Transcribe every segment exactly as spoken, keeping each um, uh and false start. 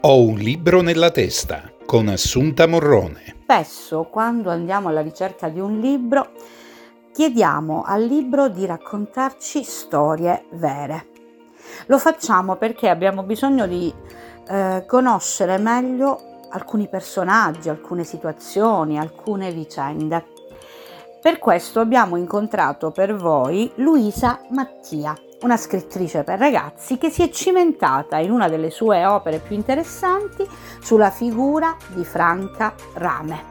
Ho un libro nella testa con Assunta Morrone. Spesso, quando andiamo alla ricerca di un libro, chiediamo al libro di raccontarci storie vere. Lo facciamo perché abbiamo bisogno di eh, conoscere meglio alcuni personaggi, alcune situazioni, alcune vicende. Per questo abbiamo incontrato per voi Luisa Mattia, una scrittrice per ragazzi che si è cimentata in una delle sue opere più interessanti sulla figura di Franca Rame.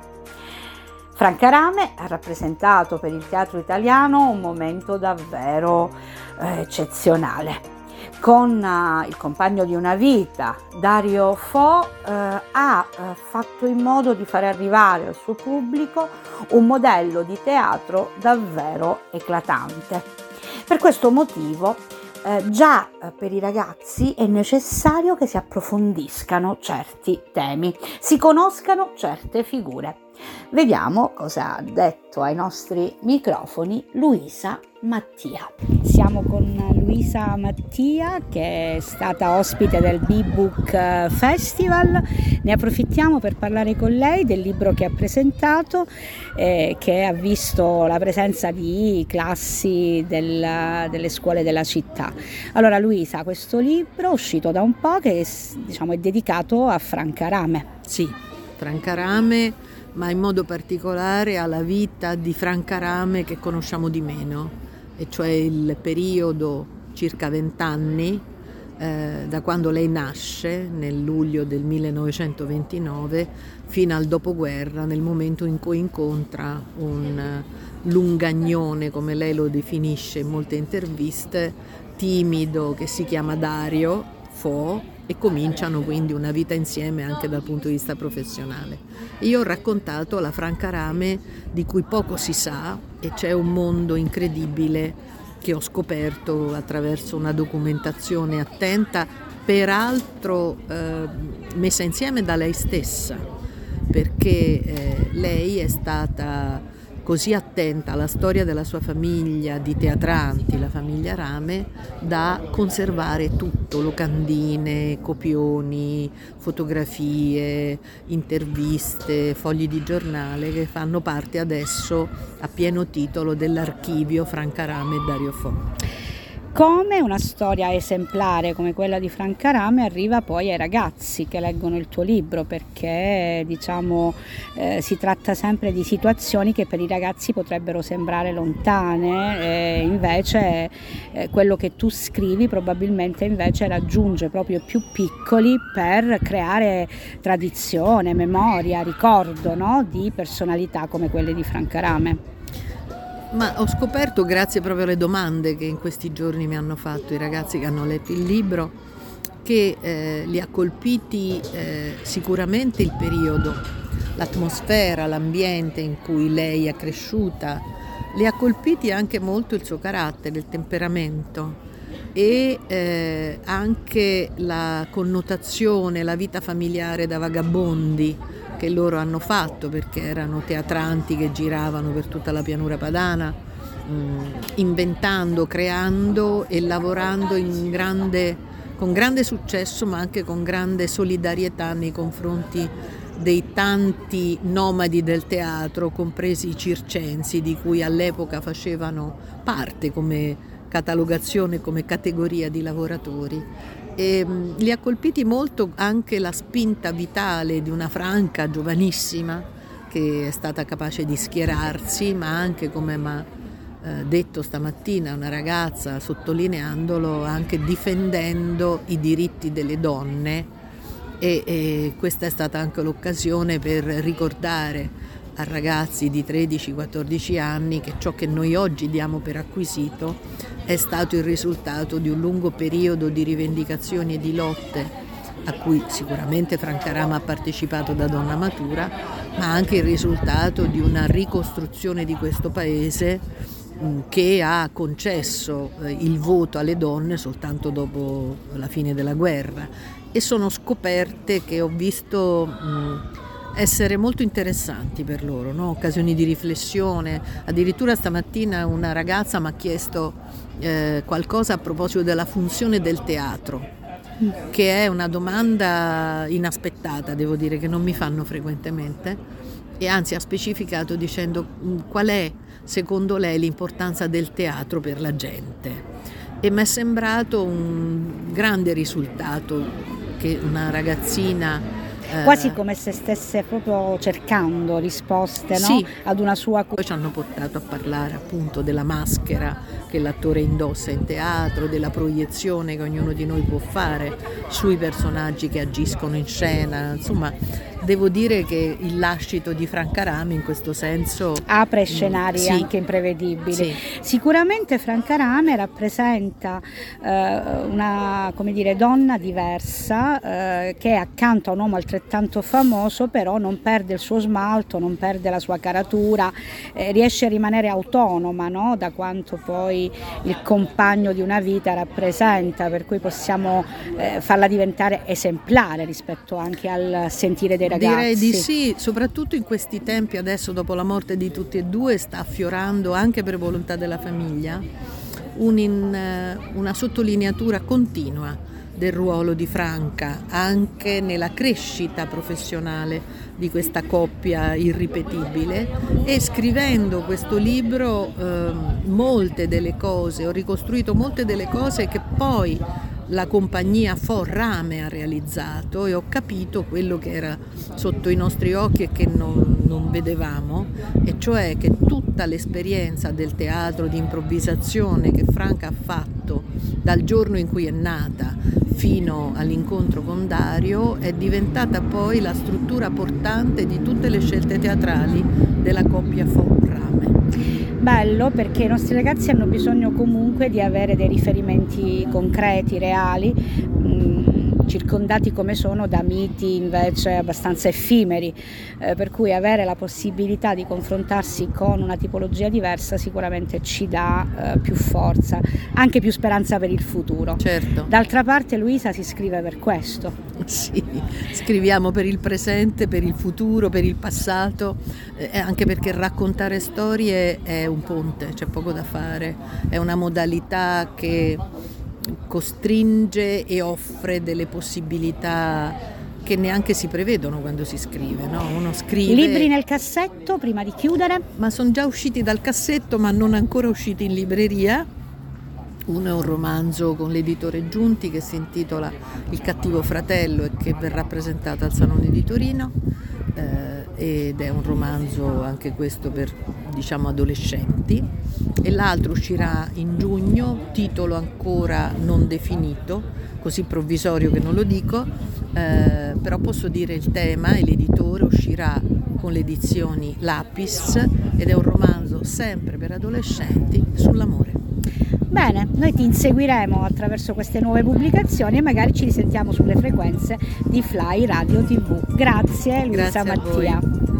Franca Rame ha rappresentato per il teatro italiano un momento davvero eh, eccezionale. Con uh, il compagno di una vita, Dario Fo, eh, ha eh, fatto in modo di fare arrivare al suo pubblico un modello di teatro davvero eclatante. Per questo motivo, eh, già eh, per i ragazzi è necessario che si approfondiscano certi temi, si conoscano certe figure. Vediamo cosa ha detto ai nostri microfoni Luisa Mattia. Siamo con Luisa Mattia, che è stata ospite del B-Book Festival. Ne approfittiamo per parlare con lei del libro che ha presentato, eh, che ha visto la presenza di classi del, delle scuole della città. Allora Luisa, questo libro uscito da un po' che diciamo, è dedicato a Franca Rame. Sì, Franca Rame, ma in modo particolare alla vita di Franca Rame che conosciamo di meno, e cioè il periodo circa vent'anni eh, da quando lei nasce nel luglio del millenovecentoventinove fino al dopoguerra, nel momento in cui incontra un lungagnone, come lei lo definisce in molte interviste, timido, che si chiama Dario Fo, e cominciano quindi una vita insieme anche dal punto di vista professionale. Io ho raccontato la Franca Rame di cui poco si sa, e c'è un mondo incredibile che ho scoperto attraverso una documentazione attenta, peraltro eh, messa insieme da lei stessa, perché eh, lei è stata così attenta alla storia della sua famiglia di teatranti, la famiglia Rame, da conservare tutto, locandine, copioni, fotografie, interviste, fogli di giornale che fanno parte adesso a pieno titolo dell'archivio Franca Rame e Dario Fo. Come una storia esemplare come quella di Franca Rame arriva poi ai ragazzi che leggono il tuo libro, perché diciamo eh, si tratta sempre di situazioni che per i ragazzi potrebbero sembrare lontane, e invece eh, quello che tu scrivi probabilmente invece raggiunge proprio i più piccoli per creare tradizione, memoria, ricordo, no? Di personalità come quelle di Franca Rame. Ma ho scoperto, grazie proprio alle domande che in questi giorni mi hanno fatto i ragazzi che hanno letto il libro, che eh, li ha colpiti eh, sicuramente il periodo, l'atmosfera, l'ambiente in cui lei è cresciuta, li ha colpiti anche molto il suo carattere, il temperamento e eh, anche la connotazione, la vita familiare da vagabondi che loro hanno fatto, perché erano teatranti che giravano per tutta la pianura padana, mh, inventando, creando e lavorando in grande, con grande successo, ma anche con grande solidarietà nei confronti dei tanti nomadi del teatro, compresi i circensi, di cui all'epoca facevano parte come catalogazione, come categoria di lavoratori. E mh, li ha colpiti molto anche la spinta vitale di una Franca giovanissima che è stata capace di schierarsi, ma anche, come mi ha eh, detto stamattina una ragazza sottolineandolo, anche difendendo i diritti delle donne, e, e questa è stata anche l'occasione per ricordare a ragazzi di tredici quattordici anni che ciò che noi oggi diamo per acquisito è stato il risultato di un lungo periodo di rivendicazioni e di lotte a cui sicuramente Franca Rame ha partecipato da donna matura, ma anche il risultato di una ricostruzione di questo paese che ha concesso il voto alle donne soltanto dopo la fine della guerra. E sono scoperte che ho visto mh, essere molto interessanti per loro, no? Occasioni di riflessione. Addirittura stamattina una ragazza mi ha chiesto eh, qualcosa a proposito della funzione del teatro, che è una domanda inaspettata, devo dire, che non mi fanno frequentemente, e anzi ha specificato dicendo qual è secondo lei l'importanza del teatro per la gente, e mi è sembrato un grande risultato che una ragazzina quasi come se stesse proprio cercando risposte, no? Sì. Ad una sua... Poi ci hanno portato a parlare appunto della maschera che l'attore indossa in teatro, della proiezione che ognuno di noi può fare sui personaggi che agiscono in scena. Insomma, devo dire che il lascito di Franca Rame in questo senso apre scenari sì. anche imprevedibili. Sì. Sicuramente Franca Rame rappresenta eh, una, come dire, donna diversa eh, che accanto a un uomo altrettanto famoso però non perde il suo smalto, non perde la sua caratura, eh, riesce a rimanere autonoma, no? Da quanto poi il compagno di una vita rappresenta, per cui possiamo eh, farla diventare esemplare rispetto anche al sentire dei ragazzi. Direi di sì, soprattutto in questi tempi, adesso dopo la morte di tutti e due sta affiorando anche per volontà della famiglia un in, una sottolineatura continua del ruolo di Franca anche nella crescita professionale di questa coppia irripetibile, e scrivendo questo libro eh, molte delle cose, ho ricostruito molte delle cose che poi la compagnia For Rame ha realizzato, e ho capito quello che era sotto i nostri occhi e che non, non vedevamo, e cioè che tutta l'esperienza del teatro di improvvisazione che Franca ha fatto dal giorno in cui è nata fino all'incontro con Dario è diventata poi la struttura portante di tutte le scelte teatrali della coppia For Rame. Bello, perché i nostri ragazzi hanno bisogno comunque di avere dei riferimenti concreti, reali, mh, circondati come sono da miti invece abbastanza effimeri, eh, per cui avere la possibilità di confrontarsi con una tipologia diversa sicuramente ci dà eh, più forza, anche più speranza per il futuro. Certo. D'altra parte Luisa si scrive per questo. Sì, scriviamo per il presente, per il futuro, per il passato, eh, anche perché raccontare storie è un ponte, c'è poco da fare, è una modalità che costringe e offre delle possibilità che neanche si prevedono quando si scrive, no? Uno scrive... Libri nel cassetto prima di chiudere? Ma sono già usciti dal cassetto, ma non ancora usciti in libreria. Uno è un romanzo con l'editore Giunti che si intitola Il cattivo fratello e che verrà presentato al Salone di Torino, eh, ed è un romanzo anche questo per, diciamo, adolescenti, e l'altro uscirà in giugno, titolo ancora non definito, così provvisorio che non lo dico, eh, però posso dire il tema, e l'editore uscirà con le edizioni Lapis ed è un romanzo sempre per adolescenti sull'amore. Bene, noi ti inseguiremo attraverso queste nuove pubblicazioni e magari ci risentiamo sulle frequenze di Fly Radio tivù. Grazie Luisa Mattia.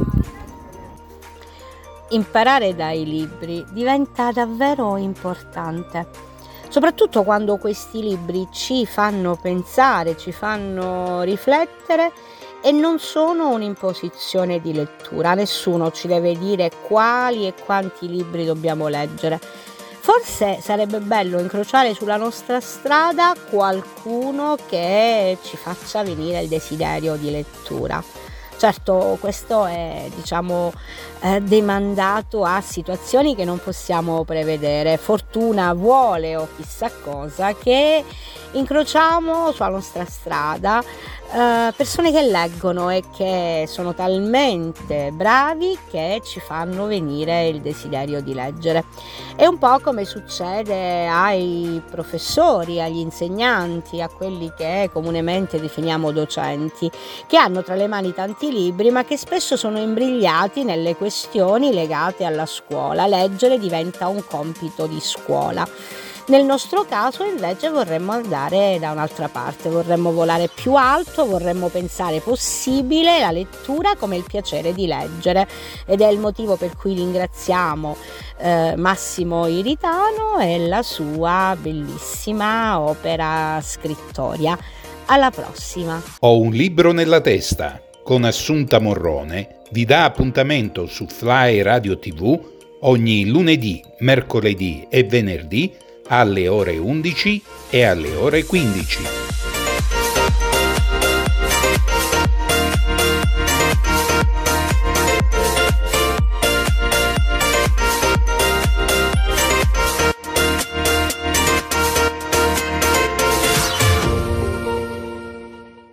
Imparare dai libri diventa davvero importante, soprattutto quando questi libri ci fanno pensare, ci fanno riflettere e non sono un'imposizione di lettura. Nessuno ci deve dire quali e quanti libri dobbiamo leggere. Forse sarebbe bello incrociare sulla nostra strada qualcuno che ci faccia venire il desiderio di lettura. Certo, questo è, diciamo, eh, demandato a situazioni che non possiamo prevedere. Fortuna vuole o chissà cosa che incrociamo sulla nostra strada eh, persone che leggono e che sono talmente bravi che ci fanno venire il desiderio di leggere. È un po' come succede ai professori, agli insegnanti, a quelli che comunemente definiamo docenti, che hanno tra le mani tanti libri ma che spesso sono imbrigliati nelle questioni legate alla scuola. Leggere diventa un compito di scuola. Nel nostro caso invece vorremmo andare da un'altra parte, vorremmo volare più alto, vorremmo pensare possibile la lettura come il piacere di leggere, ed è il motivo per cui ringraziamo eh, Massimo Iritano e la sua bellissima opera scrittoria. Alla prossima. Ho un libro nella testa con Assunta Morrone vi dà appuntamento su Fly Radio tivù ogni lunedì, mercoledì e venerdì alle ore undici e alle ore quindici.